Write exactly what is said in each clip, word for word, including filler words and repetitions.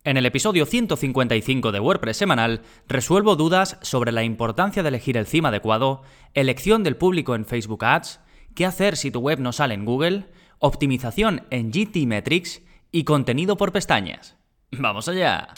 En el episodio ciento cincuenta y cinco de WordPress semanal, resuelvo dudas sobre la importancia de elegir el theme adecuado, elección del público en Facebook Ads, qué hacer si tu web no sale en Google, optimización en G T Metrix y contenido por pestañas. ¡Vamos allá!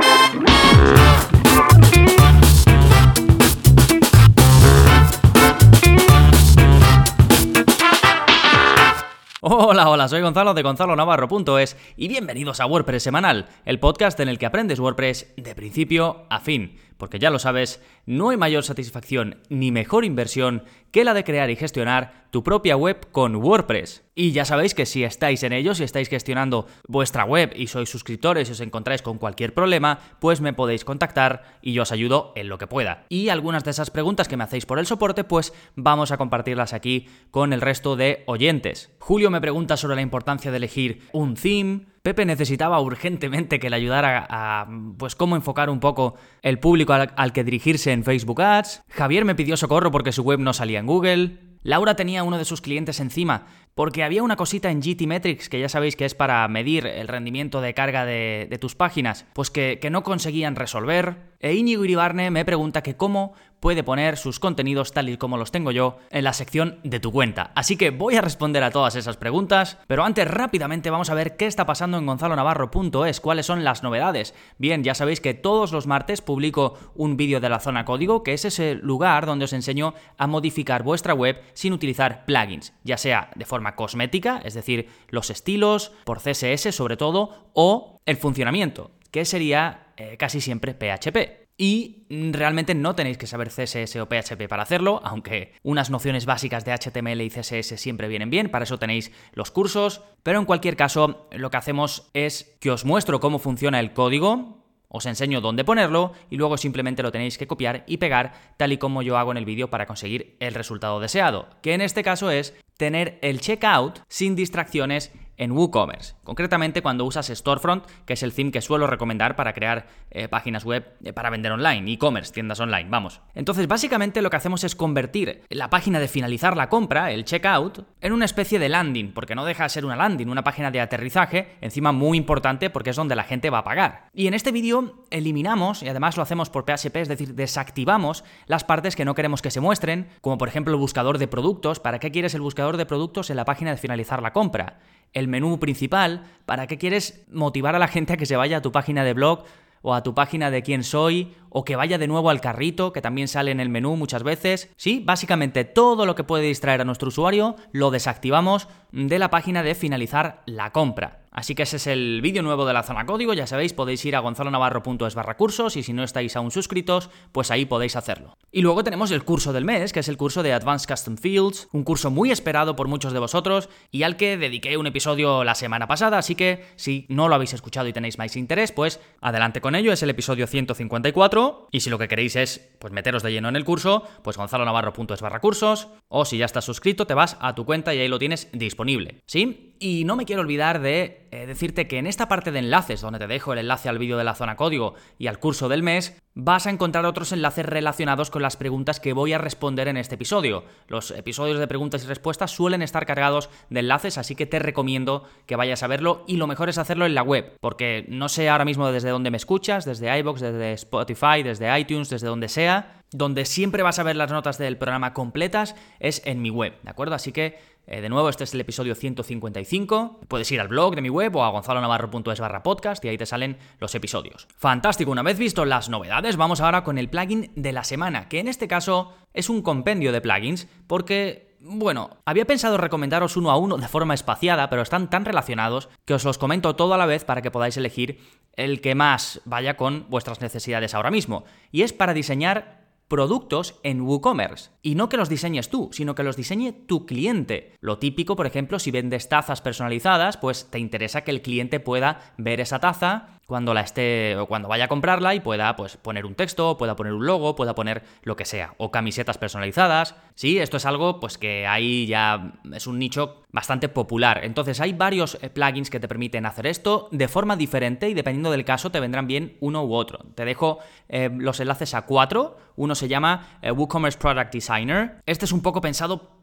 Hola, hola, soy Gonzalo de gonzalo navarro punto es y bienvenidos a WordPress Semanal, el podcast en el que aprendes WordPress de principio a fin. Porque ya lo sabes, no hay mayor satisfacción ni mejor inversión que la de crear y gestionar tu propia web con WordPress. Y ya sabéis que si estáis en ello, si estáis gestionando vuestra web y sois suscriptores y os encontráis con cualquier problema, pues me podéis contactar y yo os ayudo en lo que pueda. Y algunas de esas preguntas que me hacéis por el soporte, pues vamos a compartirlas aquí con el resto de oyentes. Julio me pregunta sobre la importancia de elegir un theme. Pepe necesitaba urgentemente que le ayudara a, a pues cómo enfocar un poco el público al, al que dirigirse en Facebook Ads. Javier me pidió socorro porque su web no salía en Google. Laura tenía uno de sus clientes encima porque había una cosita en G T Metrix, que ya sabéis que es para medir el rendimiento de carga de, de tus páginas, pues que, que no conseguían resolver. E Íñigo Iribarne me pregunta que cómo puede poner sus contenidos tal y como los tengo yo en la sección de tu cuenta. Así que voy a responder a todas esas preguntas, pero antes rápidamente vamos a ver qué está pasando en gonzalo navarro punto es, cuáles son las novedades. Bien, ya sabéis que todos los martes publico un vídeo de la zona código, que es ese lugar donde os enseño a modificar vuestra web sin utilizar plugins, ya sea de forma cosmética, es decir, los estilos, por C S S sobre todo, o el funcionamiento, que sería eh, casi siempre P H P. Y realmente no tenéis que saber C S S o P H P para hacerlo, aunque unas nociones básicas de H T M L y C S S siempre vienen bien, para eso tenéis los cursos, pero en cualquier caso lo que hacemos es que os muestro cómo funciona el código, os enseño dónde ponerlo y luego simplemente lo tenéis que copiar y pegar tal y como yo hago en el vídeo para conseguir el resultado deseado, que en este caso es tener el checkout sin distracciones en WooCommerce, concretamente cuando usas Storefront, que es el theme que suelo recomendar para crear eh, páginas web eh, para vender online, e-commerce, tiendas online, vamos. Entonces, básicamente lo que hacemos es convertir la página de finalizar la compra, el checkout, en una especie de landing, porque no deja de ser una landing, una página de aterrizaje, encima muy importante porque es donde la gente va a pagar. Y en este vídeo eliminamos, y además lo hacemos por P H P, es decir, desactivamos las partes que no queremos que se muestren, como por ejemplo el buscador de productos. ¿Para qué quieres el buscador de productos en la página de finalizar la compra? El menú principal, ¿para qué quieres motivar a la gente a que se vaya a tu página de blog o a tu página de quién soy, o que vaya de nuevo al carrito, que también sale en el menú muchas veces? Sí, básicamente todo lo que puede distraer a nuestro usuario lo desactivamos de la página de finalizar la compra. Así que ese es el vídeo nuevo de la zona código, ya sabéis, podéis ir a gonzalo navarro punto es barra cursos y si no estáis aún suscritos, pues ahí podéis hacerlo. Y luego tenemos el curso del mes, que es el curso de Advanced Custom Fields, un curso muy esperado por muchos de vosotros y al que dediqué un episodio la semana pasada, así que si no lo habéis escuchado y tenéis más interés, pues adelante con ello, es el episodio ciento cincuenta y cuatro y si lo que queréis es pues meteros de lleno en el curso, pues gonzalo navarro punto es barra cursos o si ya estás suscrito te vas a tu cuenta y ahí lo tienes disponible, ¿sí? Y no me quiero olvidar de eh, decirte que en esta parte de enlaces, donde te dejo el enlace al vídeo de la zona código y al curso del mes, vas a encontrar otros enlaces relacionados con las preguntas que voy a responder en este episodio. Los episodios de preguntas y respuestas suelen estar cargados de enlaces, así que te recomiendo que vayas a verlo y lo mejor es hacerlo en la web, porque no sé ahora mismo desde dónde me escuchas, desde iVoox, desde Spotify, desde iTunes, desde donde sea, donde siempre vas a ver las notas del programa completas es en mi web, ¿de acuerdo? Así que Eh, de nuevo, este es el episodio ciento cincuenta y cinco. Puedes ir al blog de mi web o a gonzalo navarro punto es barra podcast y ahí te salen los episodios. Fantástico, una vez visto las novedades, vamos ahora con el plugin de la semana, que en este caso es un compendio de plugins porque, bueno, había pensado recomendaros uno a uno de forma espaciada, pero están tan relacionados que os los comento todo a la vez para que podáis elegir el que más vaya con vuestras necesidades ahora mismo. Y es para diseñar productos en WooCommerce. Y no que los diseñes tú, sino que los diseñe tu cliente. Lo típico, por ejemplo, si vendes tazas personalizadas, pues te interesa que el cliente pueda ver esa taza cuando la esté o cuando vaya a comprarla y pueda pues poner un texto, pueda poner un logo, pueda poner lo que sea, o camisetas personalizadas. Sí, esto es algo pues que ahí ya es un nicho bastante popular. Entonces hay varios plugins que te permiten hacer esto de forma diferente y dependiendo del caso te vendrán bien uno u otro. Te dejo eh, los enlaces a cuatro. Uno se llama eh, WooCommerce Product Designer. Este es un poco pensado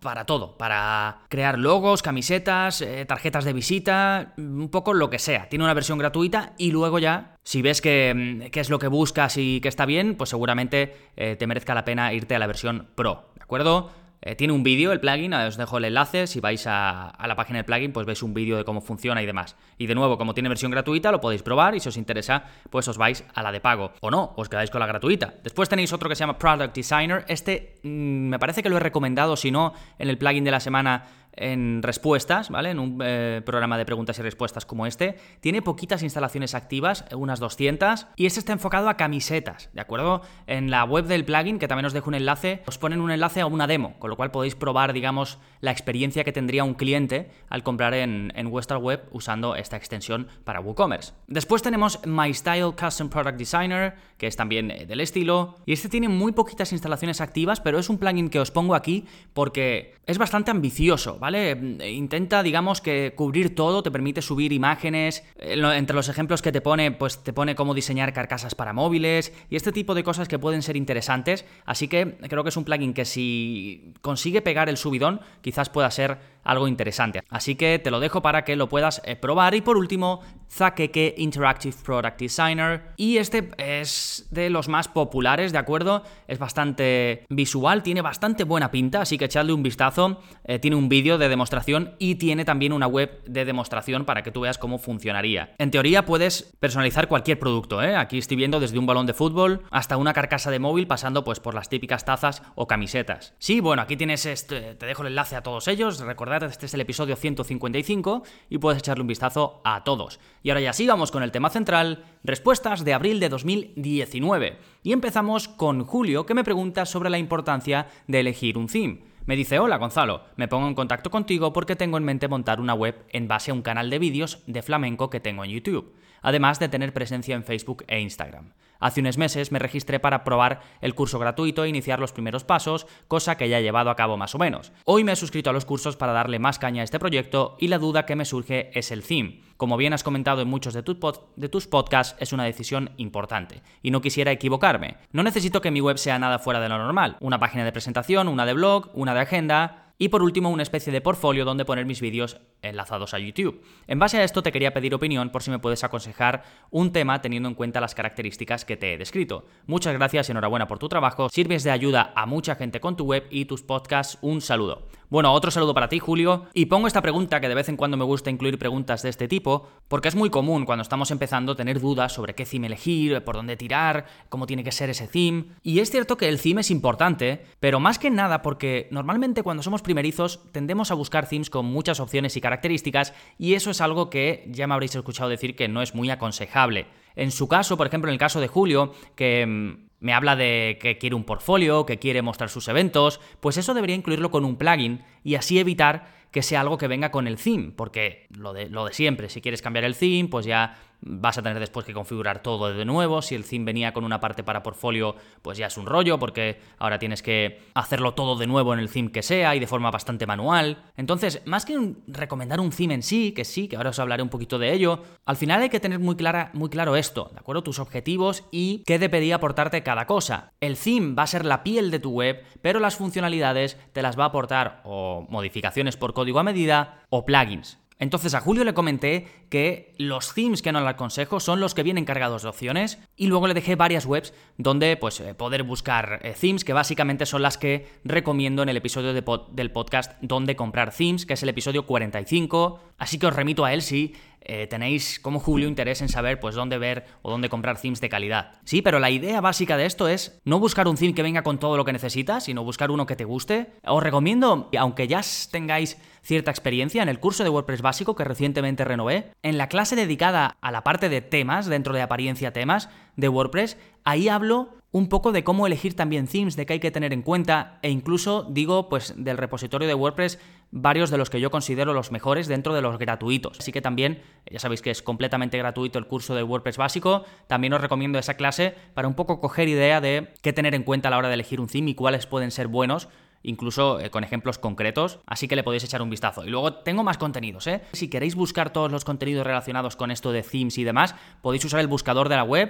para todo, para crear logos, camisetas, eh, tarjetas de visita, un poco lo que sea. Tiene una versión gratuita y luego ya, si ves que, que es lo que buscas y que está bien, pues seguramente eh, te merezca la pena irte a la versión Pro, ¿de acuerdo? Eh, tiene un vídeo el plugin, os dejo el enlace, si vais a, a la página del plugin pues veis un vídeo de cómo funciona y demás. Y de nuevo, como tiene versión gratuita, lo podéis probar y si os interesa, pues os vais a la de pago. O no, os quedáis con la gratuita. Después tenéis otro que se llama Product Designer. Este mmm, me parece que lo he recomendado, si no, en el plugin de la semana en respuestas, ¿vale? En un eh, programa de preguntas y respuestas como este. Tiene poquitas instalaciones activas, unas doscientas, y este está enfocado a camisetas, ¿de acuerdo? En la web del plugin, que también os dejo un enlace, os ponen un enlace a una demo, con lo cual podéis probar, digamos, la experiencia que tendría un cliente al comprar en, en vuestra web usando esta extensión para WooCommerce. Después tenemos My Style Custom Product Designer, que es también eh, del estilo, y este tiene muy poquitas instalaciones activas, pero es un plugin que os pongo aquí porque es bastante ambicioso, ¿vale? Intenta, digamos, que cubrir todo, te permite subir imágenes, entre los ejemplos que te pone, pues te pone cómo diseñar carcasas para móviles y este tipo de cosas que pueden ser interesantes, así que creo que es un plugin que si consigue pegar el subidón, quizás pueda ser algo interesante. Así que te lo dejo para que lo puedas eh, probar. Y por último, Zakeke Interactive Product Designer. Y este es de los más populares, ¿de acuerdo? Es bastante visual, tiene bastante buena pinta, así que echadle un vistazo. Eh, tiene un vídeo de demostración y tiene también una web de demostración para que tú veas cómo funcionaría. En teoría puedes personalizar cualquier producto, ¿eh? Aquí estoy viendo desde un balón de fútbol hasta una carcasa de móvil, pasando pues por las típicas tazas o camisetas. Sí, bueno, aquí tienes este, te dejo el enlace a todos ellos. Recordad, este es el episodio ciento cincuenta y cinco y puedes echarle un vistazo a todos. Y ahora ya sí, vamos con el tema central, respuestas de abril de dos mil diecinueve. Y empezamos con Julio, que me pregunta sobre la importancia de elegir un theme. Me dice: hola Gonzalo, me pongo en contacto contigo porque tengo en mente montar una web en base a un canal de vídeos de flamenco que tengo en YouTube, además de tener presencia en Facebook e Instagram. Hace unos meses me registré para probar el curso gratuito e iniciar los primeros pasos, cosa que ya he llevado a cabo más o menos. Hoy me he suscrito a los cursos para darle más caña a este proyecto y la duda que me surge es el theme. Como bien has comentado en muchos de, tu pod- de tus podcasts, es una decisión importante y no quisiera equivocarme. No necesito que mi web sea nada fuera de lo normal. Una página de presentación, una de blog, una de agenda y por último una especie de portfolio donde poner mis vídeos enlazados a YouTube. En base a esto te quería pedir opinión por si me puedes aconsejar un tema teniendo en cuenta las características que te he descrito. Muchas gracias y enhorabuena por tu trabajo, sirves de ayuda a mucha gente con tu web y tus podcasts. Un saludo. Bueno, otro saludo para ti, Julio, y pongo esta pregunta, que de vez en cuando me gusta incluir preguntas de este tipo, porque es muy común cuando estamos empezando tener dudas sobre qué theme elegir, por dónde tirar, cómo tiene que ser ese theme. Y es cierto que el theme es importante, pero más que nada porque normalmente cuando somos primerizos tendemos a buscar themes con muchas opciones y características, y eso es algo que ya me habréis escuchado decir que no es muy aconsejable. En su caso, por ejemplo, en el caso de Julio, que mmm, me habla de que quiere un portfolio, que quiere mostrar sus eventos, pues eso debería incluirlo con un plugin y así evitar que sea algo que venga con el theme, porque lo de, lo de siempre, si quieres cambiar el theme, pues ya vas a tener después que configurar todo de nuevo. Si el theme venía con una parte para portfolio, pues ya es un rollo, porque ahora tienes que hacerlo todo de nuevo en el theme que sea y de forma bastante manual. Entonces, más que un, recomendar un theme en sí, que sí, que ahora os hablaré un poquito de ello, al final hay que tener muy, clara, muy claro esto, ¿de acuerdo? Tus objetivos y qué debería aportarte cada cosa. El theme va a ser la piel de tu web, pero las funcionalidades te las va a aportar o modificaciones por código a medida o plugins. Entonces a Julio le comenté que los themes que no le aconsejo son los que vienen cargados de opciones y luego le dejé varias webs donde pues eh, poder buscar eh, themes, que básicamente son las que recomiendo en el episodio de pod- del podcast donde comprar themes, que es el episodio cuarenta y cinco, así que os remito a él si eh, tenéis como Julio interés en saber pues dónde ver o dónde comprar themes de calidad. Sí, pero la idea básica de esto es no buscar un theme que venga con todo lo que necesitas, sino buscar uno que te guste. Os recomiendo, aunque ya tengáis cierta experiencia, en el curso de WordPress básico que recientemente renové, en la clase dedicada a la parte de temas, dentro de apariencia temas de WordPress, ahí hablo un poco de cómo elegir también themes, de qué hay que tener en cuenta, e incluso digo pues del repositorio de WordPress varios de los que yo considero los mejores dentro de los gratuitos. Así que también, ya sabéis que es completamente gratuito el curso de WordPress básico, también os recomiendo esa clase para un poco coger idea de qué tener en cuenta a la hora de elegir un theme y cuáles pueden ser buenos, incluso eh, con ejemplos concretos, así que le podéis echar un vistazo. Y luego tengo más contenidos, ¿eh? Si queréis buscar todos los contenidos relacionados con esto de themes y demás, podéis usar el buscador de la web,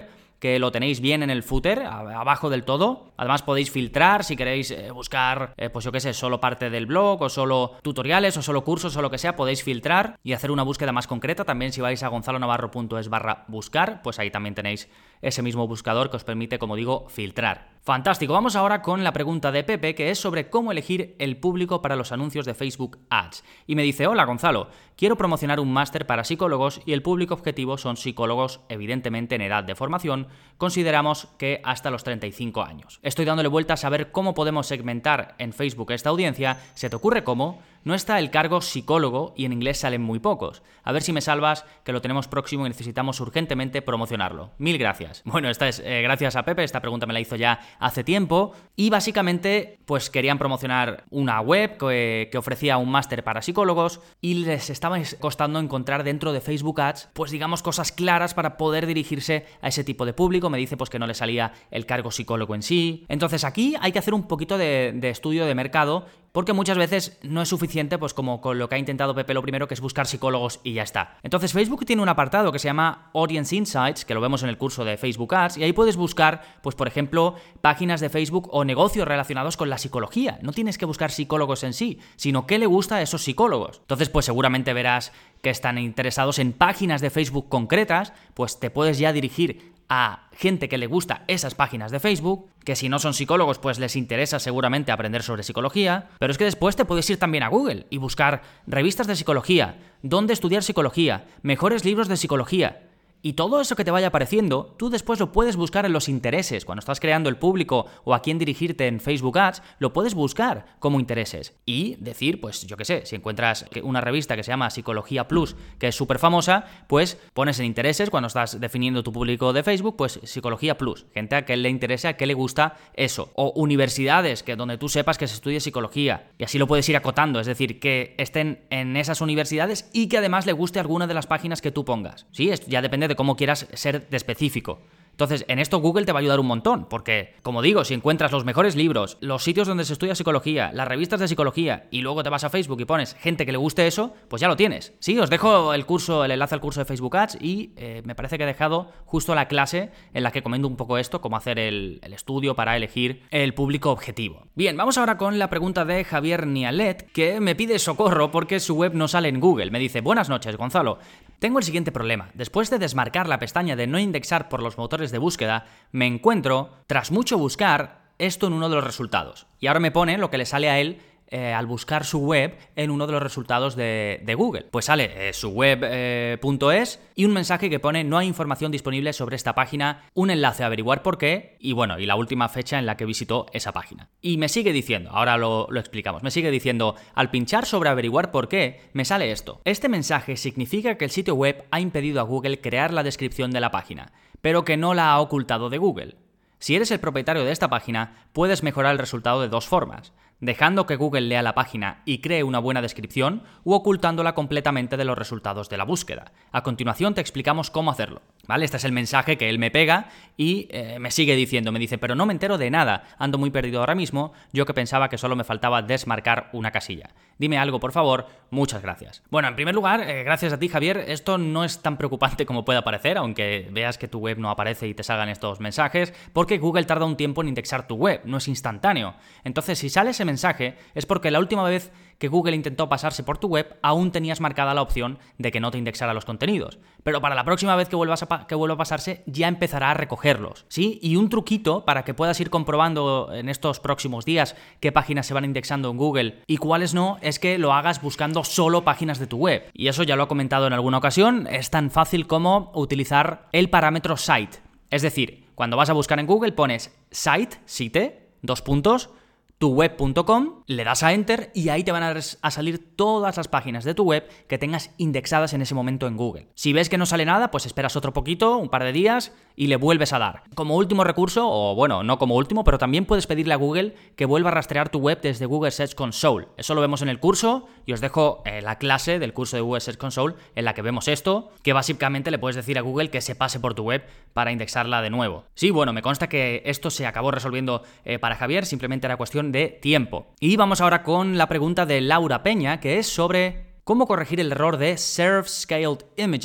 que lo tenéis bien en el footer, abajo del todo. Además podéis filtrar si queréis eh, buscar, eh, pues yo qué sé, solo parte del blog o solo tutoriales o solo cursos o lo que sea, podéis filtrar y hacer una búsqueda más concreta. También si vais a gonzalonavarro.es barra buscar, pues ahí también tenéis ese mismo buscador que os permite, como digo, filtrar. Fantástico, vamos ahora con la pregunta de Pepe, que es sobre cómo elegir el público para los anuncios de Facebook Ads. Y me dice: hola Gonzalo, quiero promocionar un máster para psicólogos y el público objetivo son psicólogos evidentemente en edad de formación, consideramos que hasta los treinta y cinco años. Estoy dándole vueltas a ver cómo podemos segmentar en Facebook esta audiencia. ¿Se te ocurre cómo? No está el cargo psicólogo y en inglés salen muy pocos. A ver si me salvas, que lo tenemos próximo y necesitamos urgentemente promocionarlo. Mil gracias. Bueno, esta es eh, gracias a Pepe, esta pregunta me la hizo ya hace tiempo y básicamente pues querían promocionar una web que, que ofrecía un máster para psicólogos y les estaba costando encontrar dentro de Facebook Ads pues digamos cosas claras para poder dirigirse a ese tipo de público. Me dice pues que no le salía el cargo psicólogo en sí. Entonces aquí hay que hacer un poquito de, de estudio de mercado, porque muchas veces no es suficiente, pues como con lo que ha intentado Pepe lo primero, que es buscar psicólogos y ya está. Entonces Facebook tiene un apartado que se llama Audience Insights, que lo vemos en el curso de Facebook Ads, y ahí puedes buscar, pues por ejemplo, páginas de Facebook o negocios relacionados con la psicología. No tienes que buscar psicólogos en sí, sino qué le gusta a esos psicólogos. Entonces, pues seguramente verás que están interesados en páginas de Facebook concretas, pues te puedes ya dirigir a gente que le gusta esas páginas de Facebook, que si no son psicólogos pues les interesa seguramente aprender sobre psicología, pero es que después te puedes ir también a Google y buscar revistas de psicología, dónde estudiar psicología, mejores libros de psicología. Y todo eso que te vaya apareciendo, tú después lo puedes buscar en los intereses. Cuando estás creando el público o a quién dirigirte en Facebook Ads, lo puedes buscar como intereses. Y decir, pues yo qué sé, si encuentras una revista que se llama Psicología Plus, que es súper famosa, pues pones en intereses, cuando estás definiendo tu público de Facebook, pues Psicología Plus. Gente a que le interese, a que le gusta eso. O universidades, que donde tú sepas que se estudia psicología. Y así lo puedes ir acotando, es decir, que estén en esas universidades y que además le guste alguna de las páginas que tú pongas. Sí, esto ya depende de cómo quieras ser de específico. Entonces, en esto Google te va a ayudar un montón, porque, como digo, si encuentras los mejores libros, los sitios donde se estudia psicología, las revistas de psicología, y luego te vas a Facebook y pones gente que le guste eso, pues ya lo tienes. Sí, os dejo el curso, el enlace al curso de Facebook Ads y eh, me parece que he dejado justo la clase en la que comento un poco esto, cómo hacer el, el estudio para elegir el público objetivo. Bien, vamos ahora con la pregunta de Javier Nialet, que me pide socorro porque su web no sale en Google. Me dice: buenas noches, Gonzalo. Tengo el siguiente problema. Después de desmarcar la pestaña de no indexar por los motores de búsqueda, me encuentro, tras mucho buscar, esto en uno de los resultados. Y ahora me pone lo que le sale a él eh, al buscar su web en uno de los resultados de, de Google. Pues sale eh, su web eh, punto es y un mensaje que pone: no hay información disponible sobre esta página, un enlace a averiguar por qué, y bueno, y la última fecha en la que visitó esa página. Y me sigue diciendo, ahora lo, lo explicamos, me sigue diciendo: al pinchar sobre averiguar por qué, me sale esto. Este mensaje significa que el sitio web ha impedido a Google crear la descripción de la página, pero que no la ha ocultado de Google. Si eres el propietario de esta página, puedes mejorar el resultado de dos formas: dejando que Google lea la página y cree una buena descripción, u ocultándola completamente de los resultados de la búsqueda. A continuación te explicamos cómo hacerlo. ¿Vale? Este es el mensaje que él me pega y eh, me sigue diciendo, me dice: pero no me entero de nada, ando muy perdido ahora mismo, yo que pensaba que solo me faltaba desmarcar una casilla. Dime algo, por favor, muchas gracias. Bueno, en primer lugar, eh, gracias a ti, Javier, esto no es tan preocupante como puede parecer, aunque veas que tu web no aparece y te salgan estos mensajes, porque Google tarda un tiempo en indexar tu web, no es instantáneo. Entonces, si sale ese mensaje, es porque la última vez que Google intentó pasarse por tu web, aún tenías marcada la opción de que no te indexara los contenidos. Pero para la próxima vez que, vuelvas a pa- que vuelva a pasarse, ya empezará a recogerlos, ¿sí? Y un truquito para que puedas ir comprobando en estos próximos días qué páginas se van indexando en Google y cuáles no, es que lo hagas buscando solo páginas de tu web. Y eso ya lo he comentado en alguna ocasión, es tan fácil como utilizar el parámetro site. Es decir, cuando vas a buscar en Google pones site, site, dos puntos, tu web punto com, le das a Enter y ahí te van a, a salir todas las páginas de tu web que tengas indexadas en ese momento en Google. Si ves que no sale nada, pues esperas otro poquito, un par de días, y le vuelves a dar. Como último recurso, o bueno, no como último, pero también puedes pedirle a Google que vuelva a rastrear tu web desde Google Search Console. Eso lo vemos en el curso y os dejo eh, la clase del curso de Google Search Console en la que vemos esto, que básicamente le puedes decir a Google que se pase por tu web para indexarla de nuevo. Sí, bueno, me consta que esto se acabó resolviendo eh, para Javier, simplemente era cuestión de tiempo. Y vamos ahora con la pregunta de Laura Peña, que es sobre cómo corregir el error de Serve Scaled Images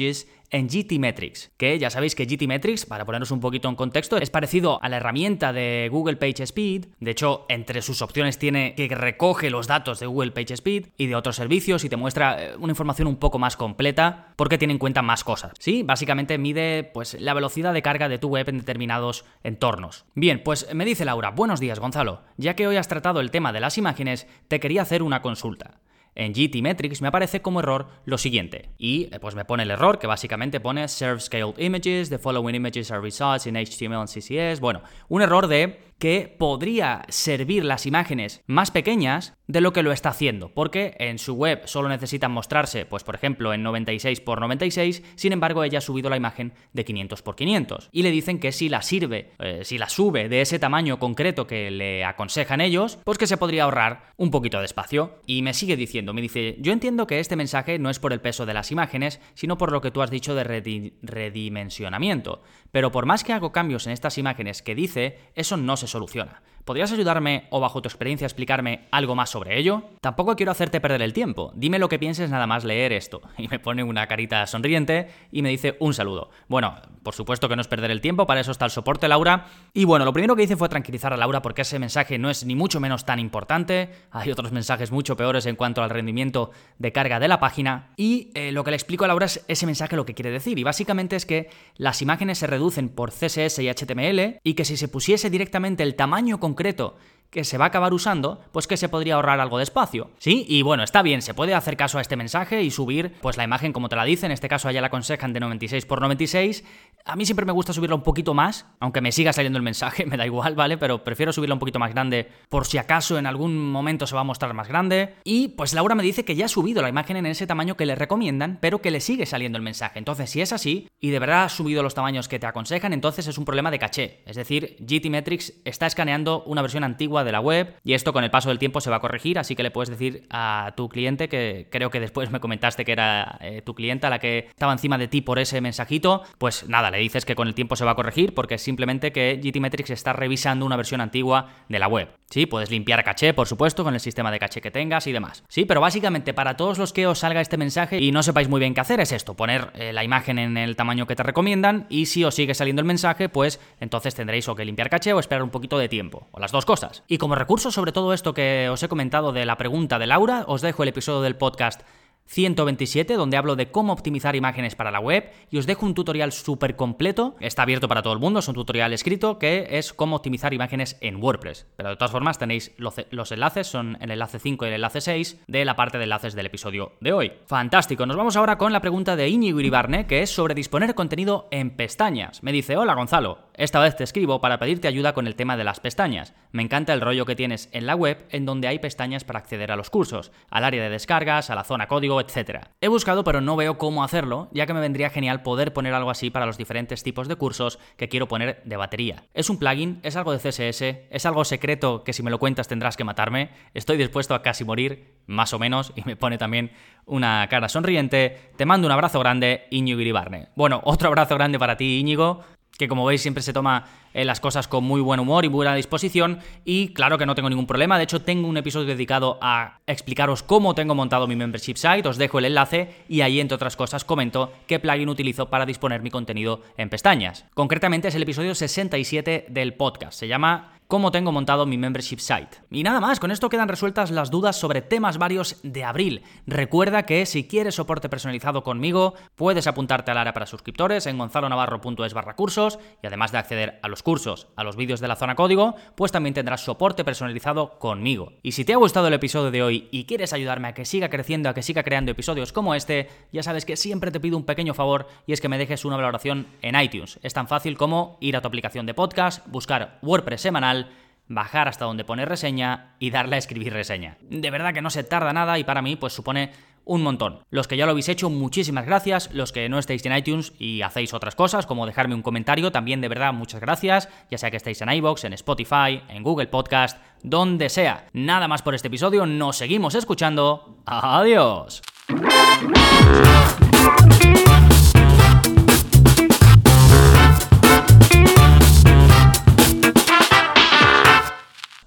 en GTmetrix, que ya sabéis que GTmetrix, para poneros un poquito en contexto, es parecido a la herramienta de Google PageSpeed. De hecho, entre sus opciones tiene que recoge los datos de Google PageSpeed y de otros servicios y te muestra una información un poco más completa porque tiene en cuenta más cosas. Sí, básicamente mide pues la velocidad de carga de tu web en determinados entornos. Bien, pues me dice Laura: buenos días, Gonzalo. Ya que hoy has tratado el tema de las imágenes, te quería hacer una consulta. En GTmetrix me aparece como error lo siguiente, y pues me pone el error que básicamente pone Serve Scaled Images, the following images are results in H T M L and C S S. Bueno, un error de que podría servir las imágenes más pequeñas de lo que lo está haciendo, porque en su web solo necesitan mostrarse, pues por ejemplo, en noventa y seis por noventa y seis, sin embargo ella ha subido la imagen de quinientos por quinientos, y le dicen que si la sirve, eh, si la sube de ese tamaño concreto que le aconsejan ellos, pues que se podría ahorrar un poquito de espacio. Y me sigue diciendo, me dice: yo entiendo que este mensaje no es por el peso de las imágenes, sino por lo que tú has dicho de redi- redimensionamiento, pero por más que hago cambios en estas imágenes que dice, eso no se soluciona. ¿Podrías ayudarme o bajo tu experiencia explicarme algo más sobre ello? Tampoco quiero hacerte perder el tiempo. Dime lo que pienses nada más leer esto. Y me pone una carita sonriente y me dice un saludo. Bueno, por supuesto que no es perder el tiempo, para eso está el soporte, Laura. Y bueno, lo primero que hice fue tranquilizar a Laura porque ese mensaje no es ni mucho menos tan importante. Hay otros mensajes mucho peores en cuanto al rendimiento de carga de la página. Y eh, lo que le explico a Laura es ese mensaje lo que quiere decir. Y básicamente es que las imágenes se reducen por C S S y H T M L y que si se pusiese directamente el tamaño concreto que se va a acabar usando, pues que se podría ahorrar algo de espacio. Sí, y bueno, está bien, se puede hacer caso a este mensaje y subir pues la imagen como te la dice. En este caso a ella la aconsejan de noventa y seis por noventa y seis. A mí siempre me gusta subirla un poquito más, aunque me siga saliendo el mensaje, me da igual, ¿vale? Pero prefiero subirla un poquito más grande por si acaso en algún momento se va a mostrar más grande. Y pues Laura me dice que ya ha subido la imagen en ese tamaño que le recomiendan, pero que le sigue saliendo el mensaje. Entonces, si es así, y de verdad has subido los tamaños que te aconsejan, entonces es un problema de caché. Es decir, GTmetrix está escaneando una versión antigua de la web y esto con el paso del tiempo se va a corregir, así que le puedes decir a tu cliente, que creo que después me comentaste que era eh, tu clienta la que estaba encima de ti por ese mensajito, pues nada, le dices que con el tiempo se va a corregir porque es simplemente que GTmetrix está revisando una versión antigua de la web. Sí, puedes limpiar caché, por supuesto, con el sistema de caché que tengas y demás. Sí, pero básicamente para todos los que os salga este mensaje y no sepáis muy bien qué hacer es esto, poner eh, la imagen en el tamaño que te recomiendan, y si os sigue saliendo el mensaje, pues entonces tendréis o que limpiar caché o esperar un poquito de tiempo, o las dos cosas. Y como recurso sobre todo esto que os he comentado de la pregunta de Laura, os dejo el episodio del podcast ciento veintisiete, donde hablo de cómo optimizar imágenes para la web, y os dejo un tutorial súper completo, está abierto para todo el mundo, es un tutorial escrito que es cómo optimizar imágenes en WordPress. Pero de todas formas tenéis los, los enlaces, son el enlace cinco y el enlace seis de la parte de enlaces del episodio de hoy. Fantástico, nos vamos ahora con la pregunta de Íñigo Iribarne, que es sobre disponer contenido en pestañas. Me dice: hola Gonzalo, esta vez te escribo para pedirte ayuda con el tema de las pestañas. Me encanta el rollo que tienes en la web, en donde hay pestañas para acceder a los cursos, al área de descargas, a la zona código, etcétera. He buscado pero no veo cómo hacerlo, ya que me vendría genial poder poner algo así para los diferentes tipos de cursos que quiero poner de batería. ¿Es un plugin? ¿Es algo de C S S? ¿Es algo secreto que si me lo cuentas tendrás que matarme? Estoy dispuesto a casi morir, más o menos, y me pone también una cara sonriente. Te mando un abrazo grande, Íñigo Iribarne. Bueno, otro abrazo grande para ti, Íñigo, que como veis siempre se toma eh, las cosas con muy buen humor y buena disposición, y claro que no tengo ningún problema. De hecho tengo un episodio dedicado a explicaros cómo tengo montado mi membership site, os dejo el enlace, y ahí entre otras cosas comento qué plugin utilizo para disponer mi contenido en pestañas. Concretamente es el episodio sesenta y siete del podcast, se llama cómo tengo montado mi membership site. Y nada más, con esto quedan resueltas las dudas sobre temas varios de abril. Recuerda que si quieres soporte personalizado conmigo, puedes apuntarte al área para suscriptores en gonzalonavarro.es barra cursos, y además de acceder a los cursos, a los vídeos de la zona código, pues también tendrás soporte personalizado conmigo. Y si te ha gustado el episodio de hoy y quieres ayudarme a que siga creciendo, a que siga creando episodios como este, ya sabes que siempre te pido un pequeño favor, y es que me dejes una valoración en iTunes. Es tan fácil como ir a tu aplicación de podcast, buscar WordPress semanal, bajar hasta donde pone reseña y darle a escribir reseña. De verdad que no se tarda nada y para mí pues supone un montón. Los que ya lo habéis hecho, muchísimas gracias. Los que no estáis en iTunes y hacéis otras cosas, como dejarme un comentario, también de verdad muchas gracias, ya sea que estéis en iVoox, en Spotify, en Google Podcast, donde sea. Nada más por este episodio, nos seguimos escuchando. ¡Adiós!